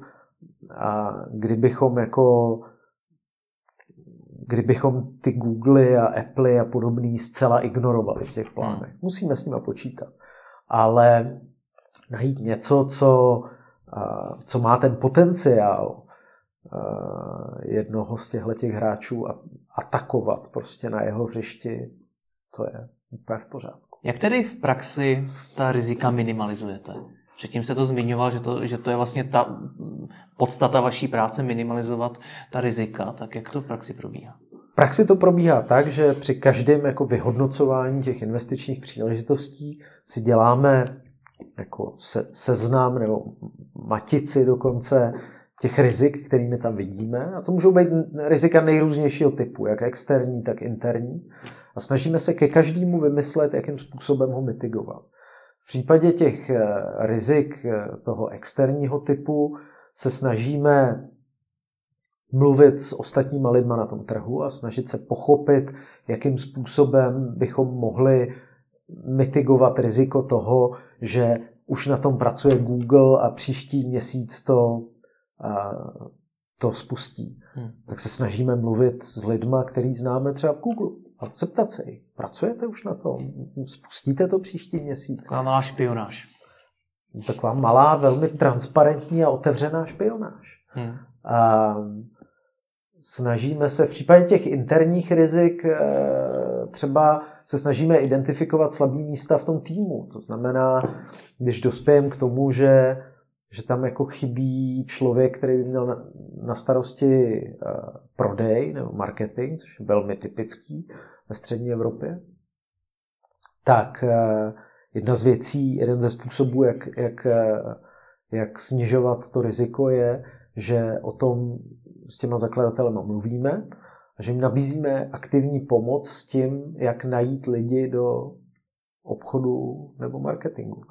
kdybychom ty Googly a Apply a podobný zcela ignorovali v těch plánech. Musíme s nimi počítat. Ale najít něco, co má ten potenciál jednoho z těchto hráčů a atakovat prostě na jeho hřišti, to je úplně v pořádku. Jak tedy v praxi ta rizika minimalizujete? Předtím jste to zmiňoval, že to je vlastně ta podstata vaší práce, minimalizovat ta rizika. Tak jak to v praxi probíhá? V praxi to probíhá tak, že při každém jako vyhodnocování těch investičních příležitostí si děláme jako seznam nebo matici dokonce těch rizik, kterými tam vidíme. A to můžou být rizika nejrůznějšího typu, jak externí, tak interní. A snažíme se ke každému vymyslet, jakým způsobem ho mitigovat. V případě těch rizik toho externího typu se snažíme mluvit s ostatníma lidma na tom trhu a snažit se pochopit, jakým způsobem bychom mohli mitigovat riziko toho, že už na tom pracuje Google a příští měsíc to spustí. Tak se snažíme mluvit s lidma, který známe třeba v Google. A zeptat se jich, pracujete už na tom? Spustíte to příští měsíc? Taková malá špionáž. Taková malá, velmi transparentní a otevřená špionáž. A snažíme se v případě těch interních rizik třeba se snažíme identifikovat slabý místa v tom týmu. To znamená, když dospějeme k tomu, že tam jako chybí člověk, který by měl na starosti prodej nebo marketing, což je velmi typický ve střední Evropě, tak jedna z věcí, jeden ze způsobů, jak snižovat to riziko, je, že o tom s těma zakladatelema mluvíme a že jim nabízíme aktivní pomoc s tím, jak najít lidi do obchodu nebo marketingu.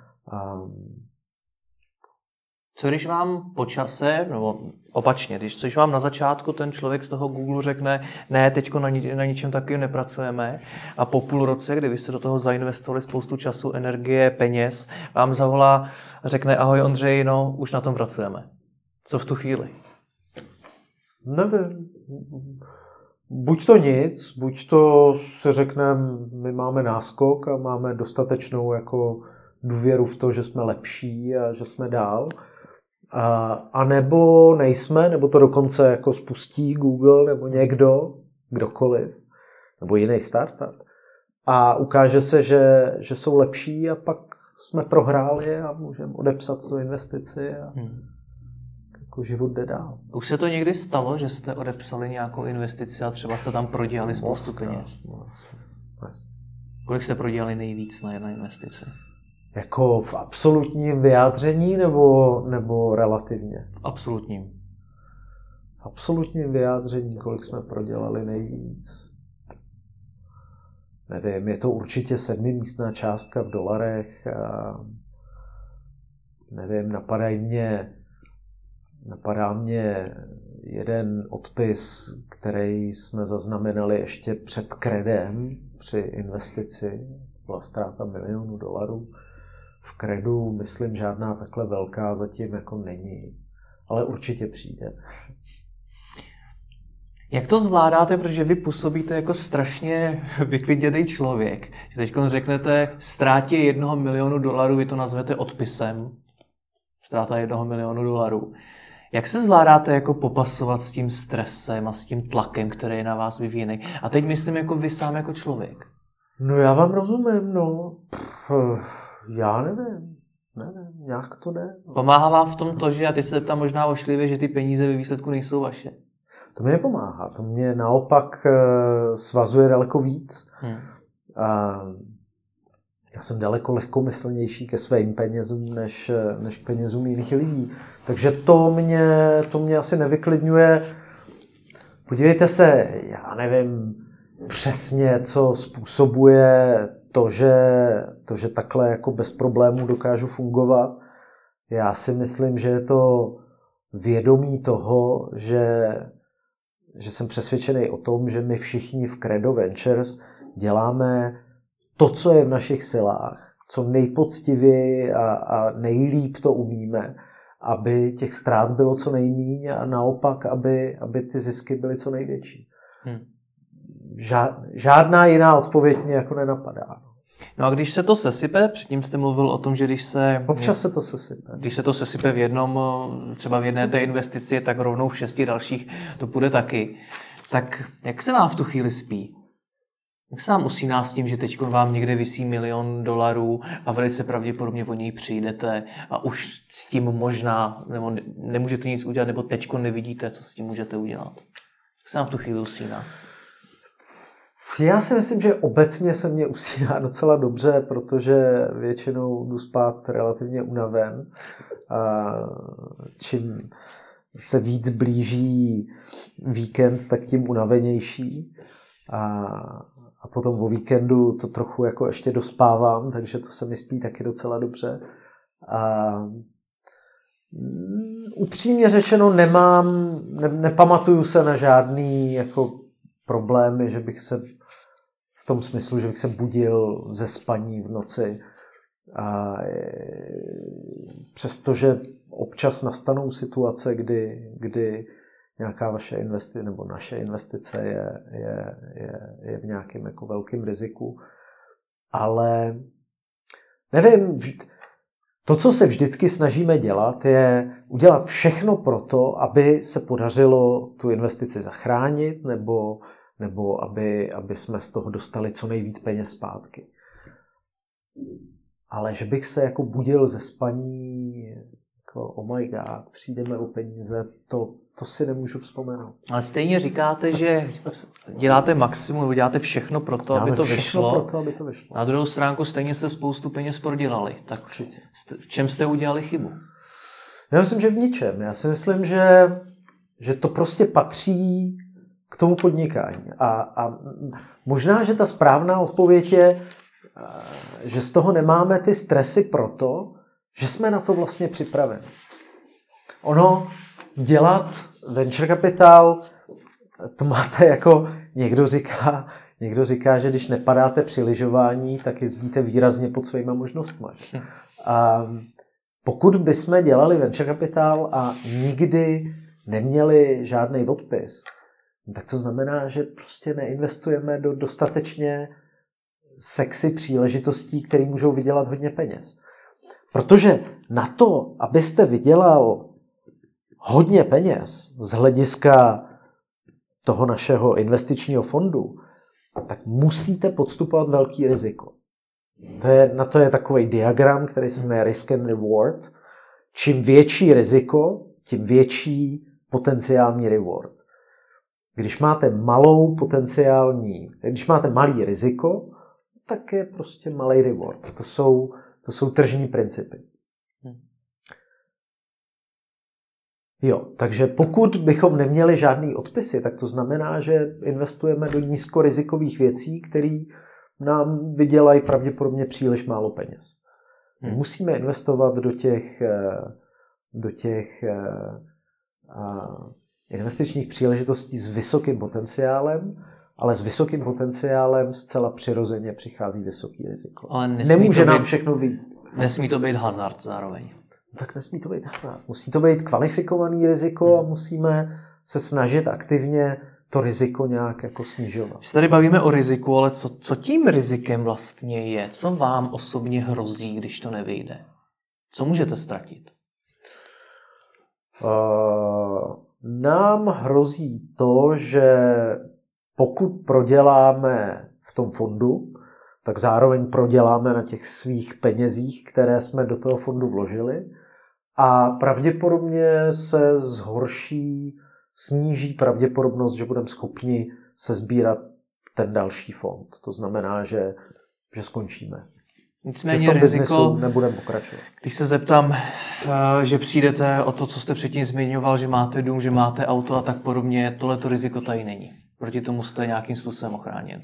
Co když vám po čase, nebo opačně, když vám na začátku ten člověk z toho Google řekne, ne, teďko na ničem takovým nepracujeme, a po půl roce, kdy vy jste do toho zainvestovali spoustu času, energie, peněz, vám zavolá a řekne, ahoj Ondřej, no, už na tom pracujeme. Co v tu chvíli? Nevím. Buď to nic, buď to si řekneme, my máme náskok a máme dostatečnou jako důvěru v to, že jsme lepší a že jsme dál. A nebo nejsme, nebo to dokonce jako spustí Google nebo někdo, kdokoliv, nebo jiný startup. A ukáže se, že jsou lepší a pak jsme prohráli a můžeme odepsat tu investici a jako život jde dál. Už se to někdy stalo, že jste odepsali nějakou investici a třeba jste tam prodělali spoustu peněz? Kolik jste prodělali nejvíc na jedné investici? Jako v absolutním vyjádření nebo relativně? V absolutním. V absolutním vyjádření, kolik jsme prodělali nejvíc? Nevím, je to určitě 7místná částka v dolarech. Nevím, napadá mě jeden odpis, který jsme zaznamenali ještě před Credem při investici. Byla ztráta $1 milion. V Credu, myslím, žádná takhle velká zatím jako není. Ale určitě přijde. Jak to zvládáte, protože vy působíte jako strašně vyklidněný člověk. Teď řeknete ztrátě $1 milionu, vy to nazvete odpisem. Ztráta $1 milionu. Jak se zvládáte jako popasovat s tím stresem a s tím tlakem, který je na vás vyvíjený? A teď myslím jako vy sám jako člověk. No já vám rozumím, no. Já nevím, nějak to jde. Pomáhá vám v tom to, že, a ty se tam možná ošklivě, že ty peníze ve výsledku nejsou vaše? To mi nepomáhá, to mě naopak svazuje daleko víc. Já jsem daleko lehkomyslnější ke svým penězům, než k penězům jiných lidí. Takže to mě asi nevyklidňuje. Podívejte se, já nevím přesně, co způsobuje to, že takhle jako bez problémů dokážu fungovat. Já si myslím, že je to vědomí toho, že jsem přesvědčený o tom, že my všichni v Credo Ventures děláme to, co je v našich silách, co nejpoctivěji a nejlíp to umíme, aby těch ztrát bylo co nejméně a naopak, aby ty zisky byly co největší. Žádná jiná odpověď mě jako nenapadá. No a když se to sesype, předtím jste mluvil o tom, že občas se to sesype. Když se to sesype v jednom, třeba v jedné té investici, tak rovnou v 6 dalších to půjde taky. Tak jak se vám v tu chvíli spí? Jak se vám usíná s tím, že teď vám někde visí $1 milion a velice pravděpodobně o něj přijdete a už s tím možná, nebo nemůžete nic udělat, nebo teďko nevidíte, co s tím můžete udělat? Jak se vám v tu chvíli usíná? Já si myslím, že obecně se mě usíná docela dobře, protože většinou jdu spát relativně unaven. A čím se víc blíží víkend, tak tím unavenější. A potom o víkendu to trochu jako ještě dospávám, takže to se mi spí taky docela dobře. A upřímně řečeno nepamatuju se na žádný jako problémy, že bych se v tom smyslu, že bych se budil ze spaní v noci. A přestože občas nastanou situace, kdy nějaká vaše investice nebo naše investice je v nějakém jako velkém riziku. Ale nevím, to, co se vždycky snažíme dělat, je udělat všechno pro to, aby se podařilo tu investici zachránit nebo aby jsme z toho dostali co nejvíc peněz zpátky. Ale že bych se jako budil ze spaní, oh my god, přijdeme o peníze, to si nemůžu vzpomenout. Ale stejně říkáte, že děláte maximum, nebo děláte všechno pro to, aby to vyšlo. Na druhou stránku stejně jste spoustu peněz prodělali. Tak určitě. V čem jste udělali chybu? Já myslím, že v ničem. Já si myslím, že to prostě patří k tomu podnikání. A možná, že ta správná odpověď je, že z toho nemáme ty stresy proto, že jsme na to vlastně připraveni. Ono dělat venture capital, to máte jako někdo říká, že když nepadáte při lyžování, tak jezdíte výrazně pod svýma možnostmi. A pokud bychom dělali venture capital a nikdy neměli žádný odpis, tak to znamená, že prostě neinvestujeme do dostatečně sexy příležitostí, které můžou vydělat hodně peněz. Protože na to, abyste vydělal hodně peněz z hlediska toho našeho investičního fondu, tak musíte podstupovat velký riziko. Na to je takový diagram, který se jmenuje Risk and Reward. Čím větší riziko, tím větší potenciální reward. Když máte malý riziko, tak je prostě malý reward. To jsou tržní principy. Jo, takže pokud bychom neměli žádný odpisy, tak to znamená, že investujeme do nízkorizikových věcí, které nám vydělají pravděpodobně příliš málo peněz. Musíme investovat do těch investičních příležitostí s vysokým potenciálem, ale s vysokým potenciálem zcela přirozeně přichází vysoký riziko. Ale nemůže nám všechno vyjít. Nesmí to být hazard zároveň. Tak nesmí to být hazard. Musí to být kvalifikovaný riziko a musíme se snažit aktivně to riziko nějak jako snižovat. My se tady bavíme o riziku, ale co tím rizikem vlastně je? Co vám osobně hrozí, když to nevyjde? Co můžete ztratit? Nám hrozí to, že pokud proděláme v tom fondu, tak zároveň proděláme na těch svých penězích, které jsme do toho fondu vložili a pravděpodobně se sníží pravděpodobnost, že budeme schopni se sbírat ten další fond. To znamená, že skončíme. Nicméně že v tom riziko, biznesu nebudeme pokračovat. Když se zeptám, že přijdete o to, co jste předtím zmiňoval, že máte dům, že máte auto a tak podobně, tohleto riziko tady není. Proti tomu jste nějakým způsobem ochráněn.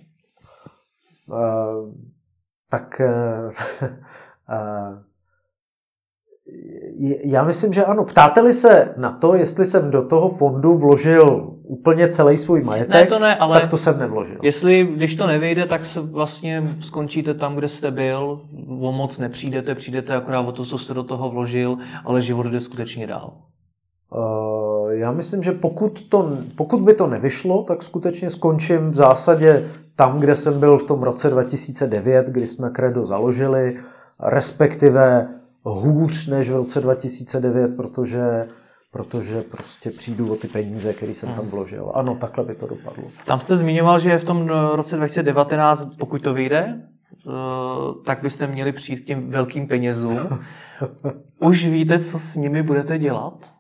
Já myslím, že ano. Ptáte-li se na to, jestli jsem do toho fondu vložil úplně celý svůj majetek, tak to jsem nevložil. Když to nevyjde, tak se vlastně skončíte tam, kde jste byl, o moc přijdete akorát o to, co jste do toho vložil, ale život jde skutečně dál. Já myslím, že pokud by to nevyšlo, tak skutečně skončím v zásadě tam, kde jsem byl v tom roce 2009, kdy jsme Credo založili, respektive hůř než v roce 2009, protože prostě přijdu o ty peníze, které jsem tam vložil. Ano, takhle by to dopadlo. Tam jste zmiňoval, že v tom roce 2019, pokud to vyjde, tak byste měli přijít k těm velkým penězům. Už víte, co s nimi budete dělat?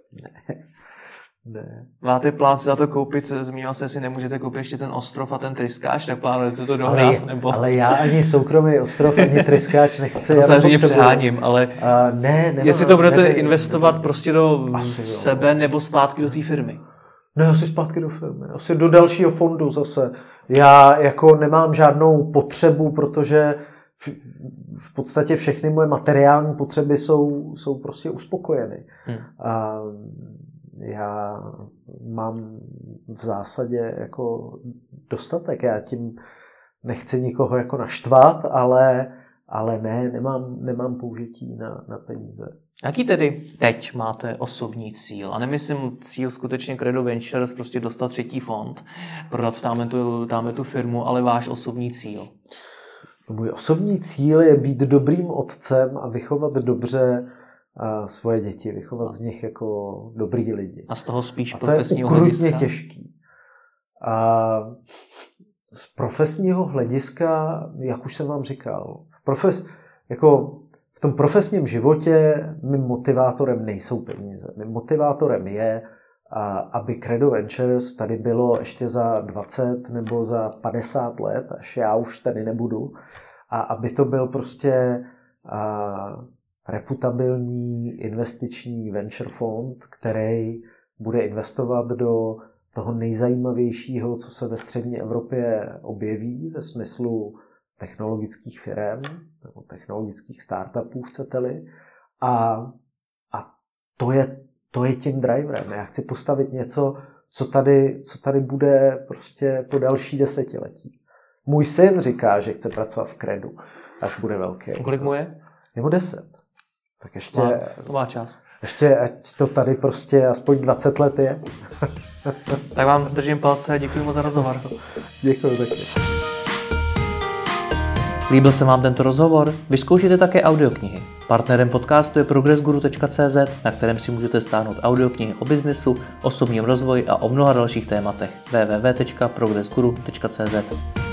Ne. Máte plán si za to koupit, zmínil jste si, nemůžete koupit ještě ten ostrov a ten tryskáč, tak plánujete to dohrát? Ale já ani soukromý ostrov, ani tryskáč nechci. To samozřejmě přeháním, ale jestli to budete investovat prostě do sebe nebo zpátky do té firmy? Ne, asi zpátky do firmy, asi do dalšího fondu zase. Já jako nemám žádnou potřebu, protože v podstatě všechny moje materiální potřeby jsou prostě uspokojeny. Já mám v zásadě jako dostatek. Já tím nechci nikoho jako naštvat, ale nemám použití na peníze. Jaký tedy teď máte osobní cíl? A nemyslím cíl skutečně Credo Ventures, prostě dostat třetí fond, prodat dáme tu firmu, ale váš osobní cíl? Můj osobní cíl je být dobrým otcem a vychovat dobře svoje děti, vychovat z nich jako dobrý lidi. A z toho spíš profesního hlediska? To je ukrutně těžký. A z profesního hlediska, jak už jsem vám říkal, v tom profesním životě mým motivátorem nejsou peníze. Mým motivátorem je, aby Credo Ventures tady bylo ještě za 20 nebo za 50 let, až já už tady nebudu, a aby to byl prostě reputabilní investiční venture fond, který bude investovat do toho nejzajímavějšího, co se ve střední Evropě objeví ve smyslu technologických firem nebo technologických startupů, chcete-li. A to je tím driverem. Já chci postavit něco, co tady bude prostě po další desetiletí. Můj syn říká, že chce pracovat v Credu, až bude velký. Kolik mu je? Je mu 10. Tak ještě... To má čas. Ještě, ať to tady prostě aspoň 20 let je. Tak vám držím palce a děkuji moc za rozhovor. Děkuji taky. Líbil se vám tento rozhovor? Vyzkoušejte také audioknihy. Partnerem podcastu je progressguru.cz, na kterém si můžete stáhnout audioknihy o biznesu, osobním rozvoji a o mnoha dalších tématech. www.progressguru.cz